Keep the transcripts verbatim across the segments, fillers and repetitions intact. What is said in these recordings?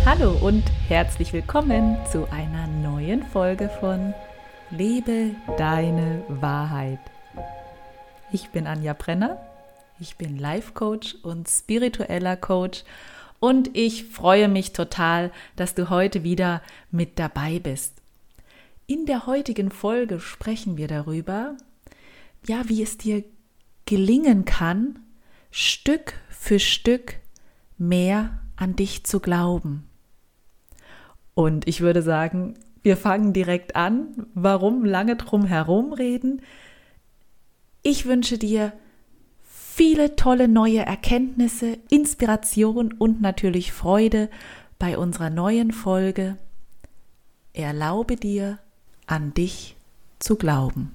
Hallo und herzlich willkommen zu einer neuen Folge von Lebe deine Wahrheit. Ich bin Anja Brenner, ich bin Life Coach und spiritueller Coach und ich freue mich total, dass du heute wieder mit dabei bist. In der heutigen Folge sprechen wir darüber, ja, wie es dir gelingen kann, Stück für Stück mehr an dich zu glauben. Und ich würde sagen, wir fangen direkt an. Warum lange drum herum reden? Ich wünsche dir viele tolle neue Erkenntnisse, Inspiration und natürlich Freude bei unserer neuen Folge. Erlaube dir, an dich zu glauben.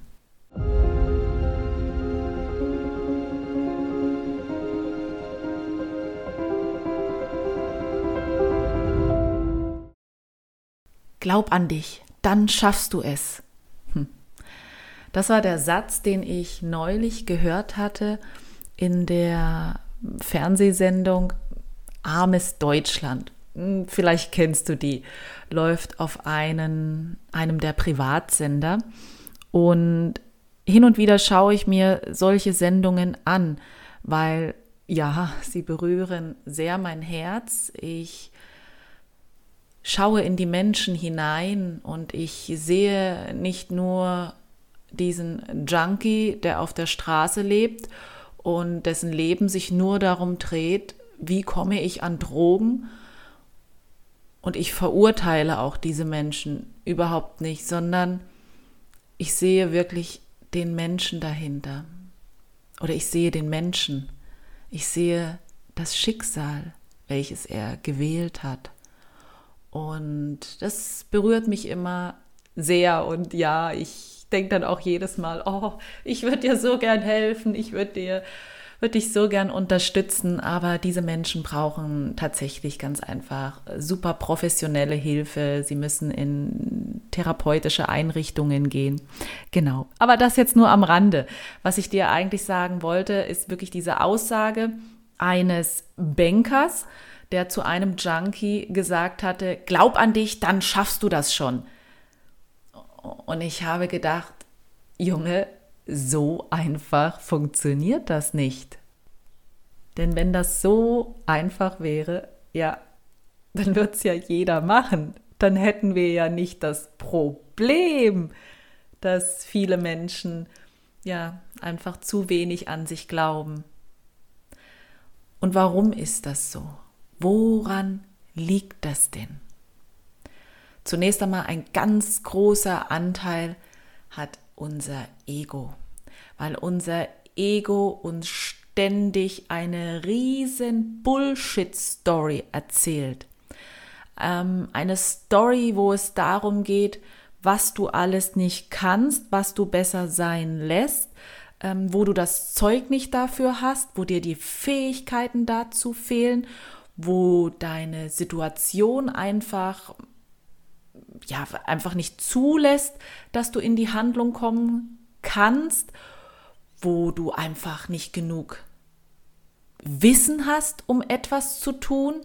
Glaub an dich, dann schaffst du es. Hm. Das war der Satz, den ich neulich gehört hatte in der Fernsehsendung Armes Deutschland. Hm, vielleicht kennst du die, läuft auf einen, einem der Privatsender. Und hin und wieder schaue ich mir solche Sendungen an, weil ja, sie berühren sehr mein Herz. Ich schaue in die Menschen hinein und ich sehe nicht nur diesen Junkie, der auf der Straße lebt und dessen Leben sich nur darum dreht, wie komme ich an Drogen, und ich verurteile auch diese Menschen überhaupt nicht, sondern ich sehe wirklich den Menschen dahinter oder ich sehe den Menschen, ich sehe das Schicksal, welches er gewählt hat. Und das berührt mich immer sehr und ja, ich denke dann auch jedes Mal, oh, ich würde dir so gern helfen, ich würde dir, würde dich so gern unterstützen, aber diese Menschen brauchen tatsächlich ganz einfach super professionelle Hilfe, sie müssen in therapeutische Einrichtungen gehen. Genau, aber das jetzt nur am Rande. Was ich dir eigentlich sagen wollte, ist wirklich diese Aussage eines Bankers, der zu einem Junkie gesagt hatte, glaub an dich, dann schaffst du das schon. Und ich habe gedacht, Junge, so einfach funktioniert das nicht. Denn wenn das so einfach wäre, ja, dann wird es ja jeder machen. Dann hätten wir ja nicht das Problem, dass viele Menschen ja einfach zu wenig an sich glauben. Und warum ist das so? Woran liegt das denn? Zunächst einmal ein ganz großer Anteil hat unser Ego, weil unser Ego uns ständig eine riesen Bullshit-Story erzählt. Ähm, eine Story, wo es darum geht, was du alles nicht kannst, was du besser sein lässt, ähm, wo du das Zeug nicht dafür hast, wo dir die Fähigkeiten dazu fehlen, wo deine Situation einfach, ja, einfach nicht zulässt, dass du in die Handlung kommen kannst, wo du einfach nicht genug Wissen hast, um etwas zu tun.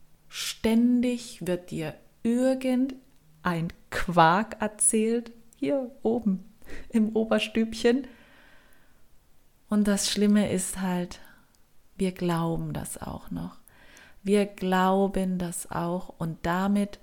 Ständig wird dir irgendein Quark erzählt, hier oben im Oberstübchen. Und das Schlimme ist halt, wir glauben das auch noch. Wir glauben das auch und damit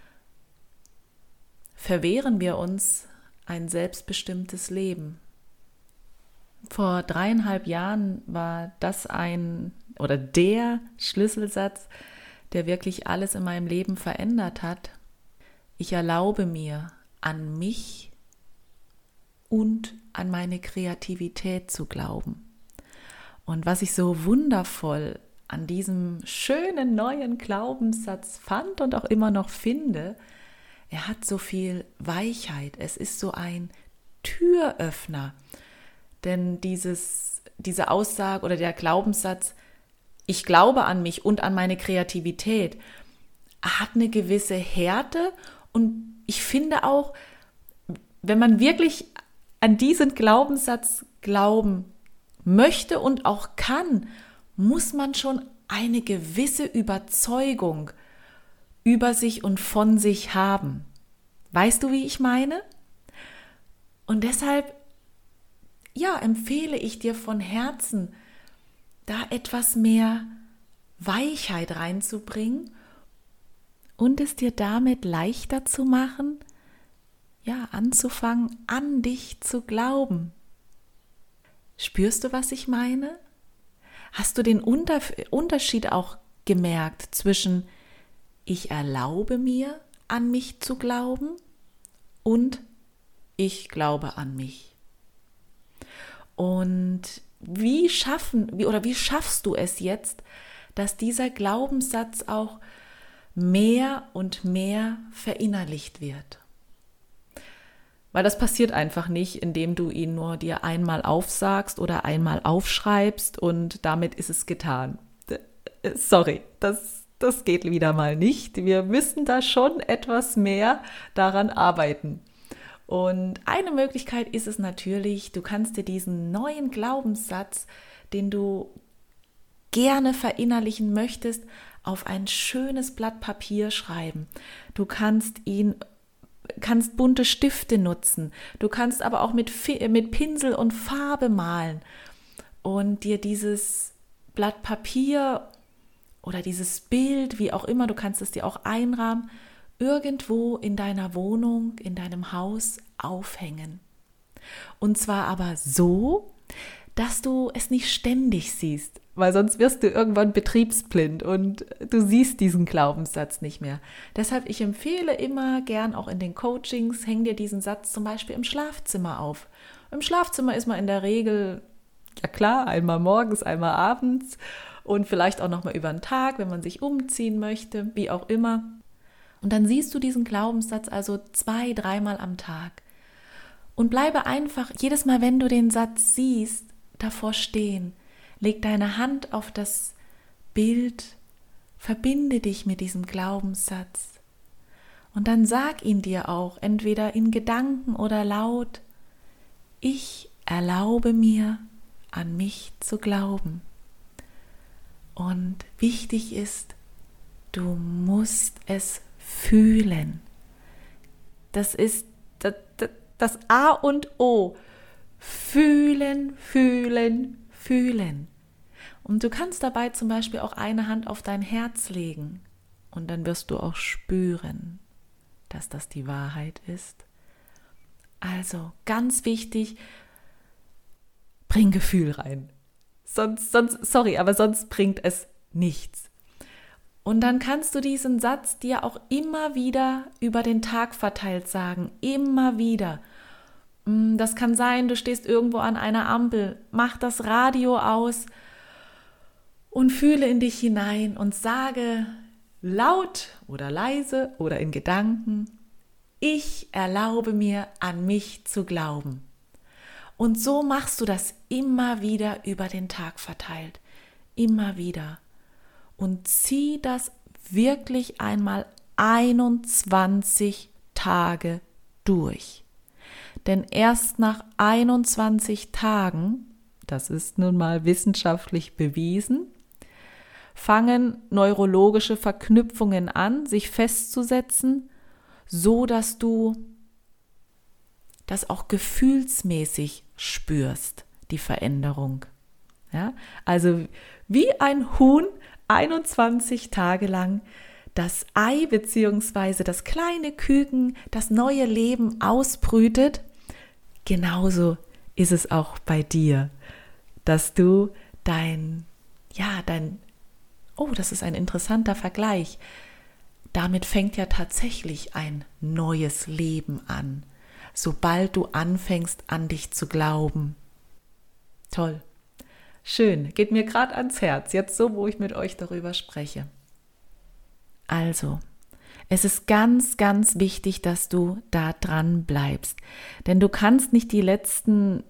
verwehren wir uns ein selbstbestimmtes Leben. Vor dreieinhalb Jahren war das ein oder der Schlüsselsatz, der wirklich alles in meinem Leben verändert hat. Ich erlaube mir, an mich und an meine Kreativität zu glauben. Und was ich so wundervoll an diesem schönen neuen Glaubenssatz fand und auch immer noch finde, er hat so viel Weichheit. Es ist so ein Türöffner. Denn dieses, diese Aussage oder der Glaubenssatz, ich glaube an mich und an meine Kreativität, hat eine gewisse Härte. Und ich finde auch, wenn man wirklich an diesen Glaubenssatz glauben möchte und auch kann, muss man schon eine gewisse Überzeugung über sich und von sich haben. Weißt du, wie ich meine? Und deshalb, ja, empfehle ich dir von Herzen, da etwas mehr Weichheit reinzubringen und es dir damit leichter zu machen, ja, anzufangen, an dich zu glauben. Spürst du, was ich meine? Hast du den Unter- Unterschied auch gemerkt zwischen ich erlaube mir, an mich zu glauben und ich glaube an mich? Und wie schaffen, wie, oder wie schaffst du es jetzt, dass dieser Glaubenssatz auch mehr und mehr verinnerlicht wird? Weil das passiert einfach nicht, indem du ihn nur dir einmal aufsagst oder einmal aufschreibst und damit ist es getan. Sorry, das, das geht wieder mal nicht. Wir müssen da schon etwas mehr daran arbeiten. Und eine Möglichkeit ist es natürlich, du kannst dir diesen neuen Glaubenssatz, den du gerne verinnerlichen möchtest, auf ein schönes Blatt Papier schreiben. Du kannst ihn kannst bunte Stifte nutzen. Du kannst aber auch mit, mit Pinsel und Farbe malen und dir dieses Blatt Papier oder dieses Bild, wie auch immer, du kannst es dir auch einrahmen, irgendwo in deiner Wohnung, in deinem Haus aufhängen. Und zwar aber so, dass du es nicht ständig siehst, weil sonst wirst du irgendwann betriebsblind und du siehst diesen Glaubenssatz nicht mehr. Deshalb, ich empfehle immer gern auch in den Coachings, häng dir diesen Satz zum Beispiel im Schlafzimmer auf. Im Schlafzimmer ist man in der Regel, ja klar, einmal morgens, einmal abends und vielleicht auch nochmal über den Tag, wenn man sich umziehen möchte, wie auch immer. Und dann siehst du diesen Glaubenssatz also zwei, dreimal am Tag. Und bleibe einfach, jedes Mal, wenn du den Satz siehst, davor stehen. Leg deine Hand auf das Bild, verbinde dich mit diesem Glaubenssatz. Und dann sag ihn dir auch, entweder in Gedanken oder laut, ich erlaube mir, an mich zu glauben. Und wichtig ist, du musst es fühlen. Das ist das, das, das A und O. Fühlen, fühlen, fühlen. Und du kannst dabei zum Beispiel auch eine Hand auf dein Herz legen. Und dann wirst du auch spüren, dass das die Wahrheit ist. Also ganz wichtig, bring Gefühl rein. Sonst, sonst, sorry, aber sonst bringt es nichts. Und dann kannst du diesen Satz dir auch immer wieder über den Tag verteilt sagen. Immer wieder. Das kann sein, du stehst irgendwo an einer Ampel, mach das Radio aus und fühle in dich hinein und sage laut oder leise oder in Gedanken, ich erlaube mir, an mich zu glauben. Und so machst du das immer wieder über den Tag verteilt, immer wieder. Und zieh das wirklich einmal einundzwanzig Tage durch. Denn erst nach einundzwanzig Tagen, das ist nun mal wissenschaftlich bewiesen, fangen neurologische Verknüpfungen an, sich festzusetzen, so dass du das auch gefühlsmäßig spürst, die Veränderung. Ja? Also wie ein Huhn einundzwanzig Tage lang das Ei bzw. das kleine Küken, das neue Leben ausbrütet, genauso ist es auch bei dir, dass du dein, ja, dein, oh, das ist ein interessanter Vergleich. Damit fängt ja tatsächlich ein neues Leben an, sobald du anfängst, an dich zu glauben. Toll, schön, geht mir gerade ans Herz, jetzt so, wo ich mit euch darüber spreche. Also, es ist ganz, ganz wichtig, dass du da dran bleibst, denn du kannst nicht die letzten,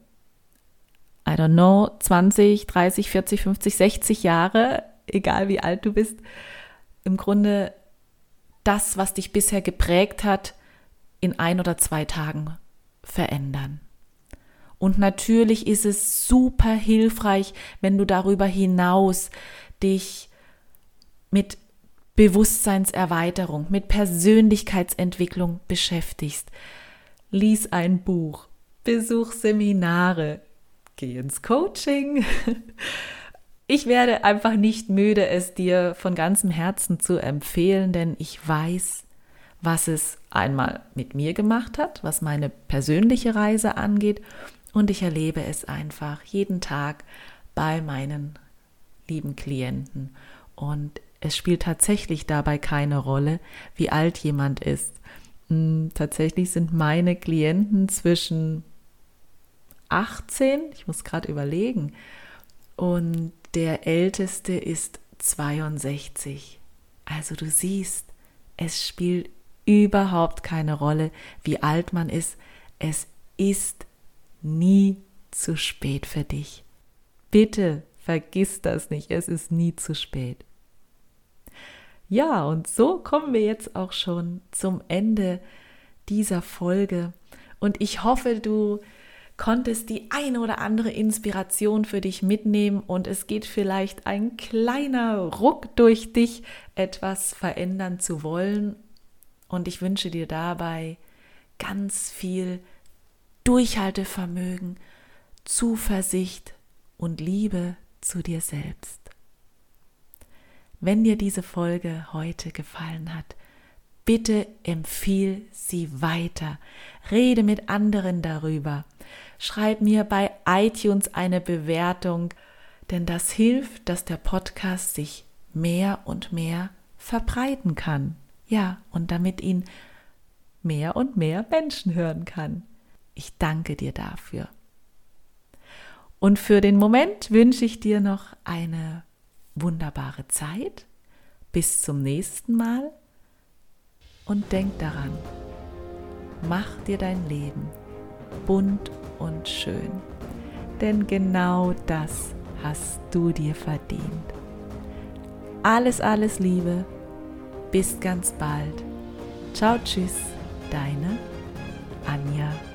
I don't know, zwanzig, dreißig, vierzig, fünfzig, sechzig Jahre, egal wie alt du bist, im Grunde das, was dich bisher geprägt hat, in ein oder zwei Tagen verändern. Und natürlich ist es super hilfreich, wenn du darüber hinaus dich mit Bewusstseinserweiterung, mit Persönlichkeitsentwicklung beschäftigst. Lies ein Buch, besuch Seminare, geh ins Coaching. Ich werde einfach nicht müde, es dir von ganzem Herzen zu empfehlen, denn ich weiß, was es einmal mit mir gemacht hat, was meine persönliche Reise angeht, und ich erlebe es einfach jeden Tag bei meinen lieben Klienten. Und es spielt tatsächlich dabei keine Rolle, wie alt jemand ist. Tatsächlich sind meine Klienten zwischen achtzehn, ich muss gerade überlegen, und der Älteste ist zweiundsechzig. Also du siehst, es spielt überhaupt keine Rolle, wie alt man ist. Es ist nie zu spät für dich. Bitte vergiss das nicht, es ist nie zu spät. Ja, und so kommen wir jetzt auch schon zum Ende dieser Folge. Und ich hoffe, du konntest die eine oder andere Inspiration für dich mitnehmen und es geht vielleicht ein kleiner Ruck durch dich, etwas verändern zu wollen. Und ich wünsche dir dabei ganz viel Durchhaltevermögen, Zuversicht und Liebe zu dir selbst. Wenn dir diese Folge heute gefallen hat, bitte empfiehl sie weiter. Rede mit anderen darüber. Schreib mir bei iTunes eine Bewertung, denn das hilft, dass der Podcast sich mehr und mehr verbreiten kann. Ja, und damit ihn mehr und mehr Menschen hören kann. Ich danke dir dafür. Und für den Moment wünsche ich dir noch eine wunderbare Zeit. Bis zum nächsten Mal. Und denk daran, mach dir dein Leben bunt und schön, denn genau das hast du dir verdient. Alles, alles Liebe, bis ganz bald. Ciao, tschüss, deine Anja.